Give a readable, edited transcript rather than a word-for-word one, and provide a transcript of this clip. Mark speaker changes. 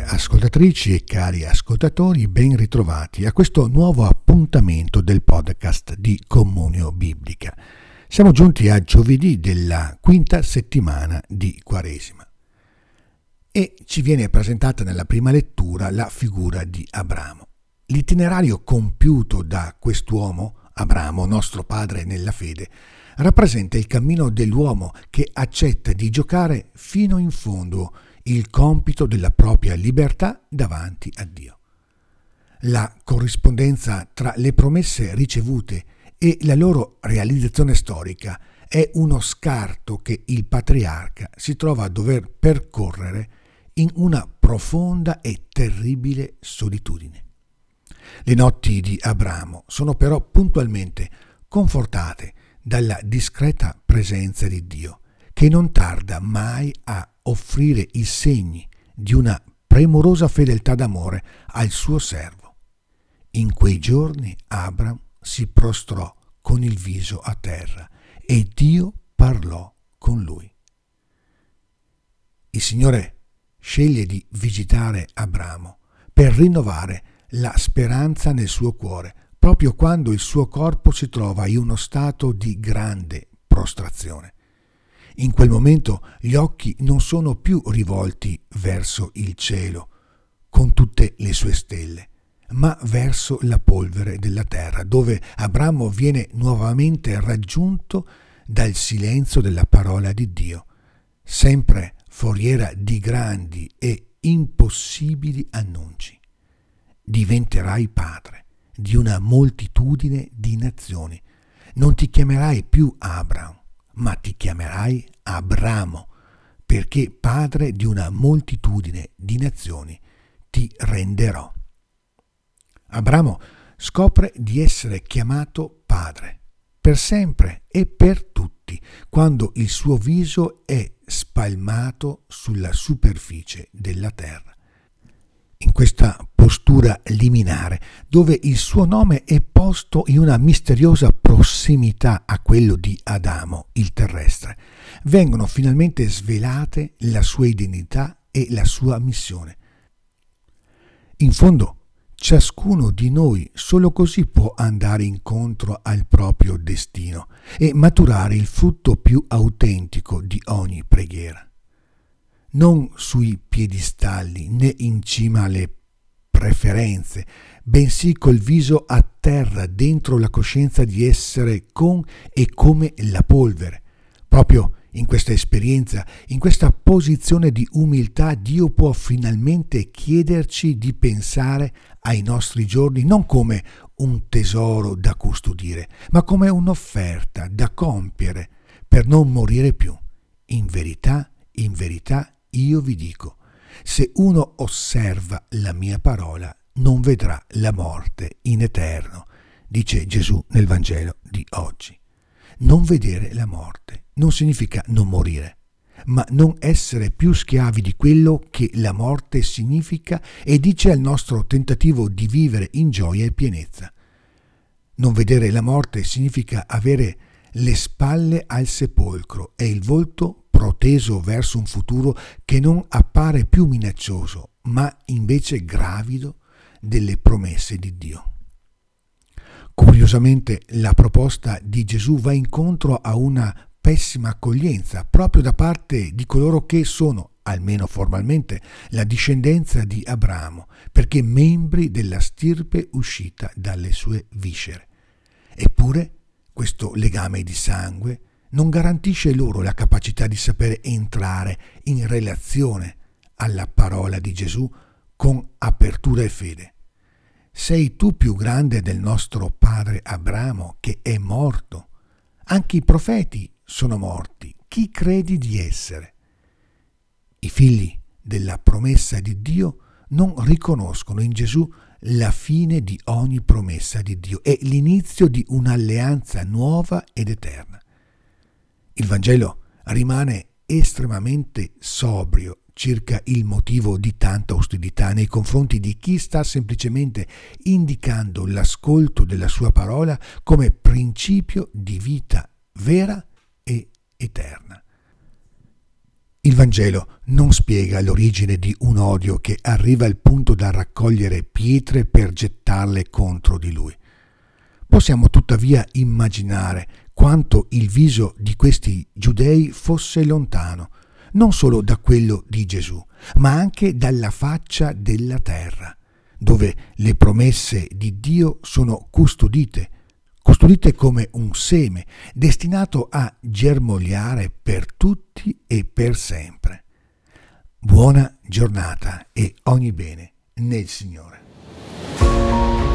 Speaker 1: ascoltatrici e cari ascoltatori, ben ritrovati a questo nuovo appuntamento del podcast di Comunio Biblica. Siamo giunti a giovedì della quinta settimana di Quaresima e ci viene presentata nella prima lettura la figura di Abramo. L'itinerario compiuto da quest'uomo, Abramo, nostro padre nella fede, rappresenta il cammino dell'uomo che accetta di giocare fino in fondo il compito della propria libertà davanti a Dio. La corrispondenza tra le promesse ricevute e la loro realizzazione storica è uno scarto che il patriarca si trova a dover percorrere in una profonda e terribile solitudine. Le notti di Abramo sono però puntualmente confortate dalla discreta presenza di Dio, che non tarda mai a offrire i segni di una premurosa fedeltà d'amore al suo servo. In quei giorni Abram si prostrò con il viso a terra e Dio parlò con lui. Il Signore sceglie di visitare Abramo per rinnovare la speranza nel suo cuore, proprio quando il suo corpo si trova in uno stato di grande prostrazione. In quel momento gli occhi non sono più rivolti verso il cielo, con tutte le sue stelle, ma verso la polvere della terra, dove Abramo viene nuovamente raggiunto dal silenzio della parola di Dio, sempre foriera di grandi e impossibili annunci. Diventerai padre di una moltitudine di nazioni. Non ti chiamerai più Abram, ma ti chiamerai Abramo, perché padre di una moltitudine di nazioni ti renderò. Abramo scopre di essere chiamato padre, per sempre e per tutti, quando il suo viso è spalmato sulla superficie della terra. In questa postura liminare, dove il suo nome è posto in una misteriosa prossimità a quello di Adamo, il terrestre, vengono finalmente svelate la sua identità e la sua missione. In fondo, ciascuno di noi solo così può andare incontro al proprio destino e maturare il frutto più autentico di ogni preghiera. Non sui piedistalli né in cima alle preferenze, bensì col viso a terra dentro la coscienza di essere con e come la polvere. Proprio in questa esperienza, in questa posizione di umiltà, Dio può finalmente chiederci di pensare ai nostri giorni non come un tesoro da custodire, ma come un'offerta da compiere per non morire più. In verità, io vi dico, se uno osserva la mia parola, non vedrà la morte in eterno, dice Gesù nel Vangelo di oggi. Non vedere la morte non significa non morire, ma non essere più schiavi di quello che la morte significa e dice al nostro tentativo di vivere in gioia e pienezza. Non vedere la morte significa avere le spalle al sepolcro e il volto proteso verso un futuro che non appare più minaccioso, ma invece gravido delle promesse di Dio. Curiosamente, la proposta di Gesù va incontro a una pessima accoglienza proprio da parte di coloro che sono, almeno formalmente, la discendenza di Abramo, perché membri della stirpe uscita dalle sue viscere. Eppure, questo legame di sangue non garantisce loro la capacità di sapere entrare in relazione alla parola di Gesù con apertura e fede. Sei tu più grande del nostro padre Abramo che è morto? Anche i profeti sono morti. Chi credi di essere? I figli della promessa di Dio non riconoscono in Gesù la fine di ogni promessa di Dio e l'inizio di un'alleanza nuova ed eterna. Il Vangelo rimane estremamente sobrio circa il motivo di tanta ostilità nei confronti di chi sta semplicemente indicando l'ascolto della sua parola come principio di vita vera e eterna. Il Vangelo non spiega l'origine di un odio che arriva al punto da raccogliere pietre per gettarle contro di lui. Possiamo tuttavia immaginare quanto il viso di questi giudei fosse lontano, non solo da quello di Gesù, ma anche dalla faccia della terra, dove le promesse di Dio sono custodite come un seme destinato a germogliare per tutti e per sempre. Buona giornata e ogni bene nel Signore.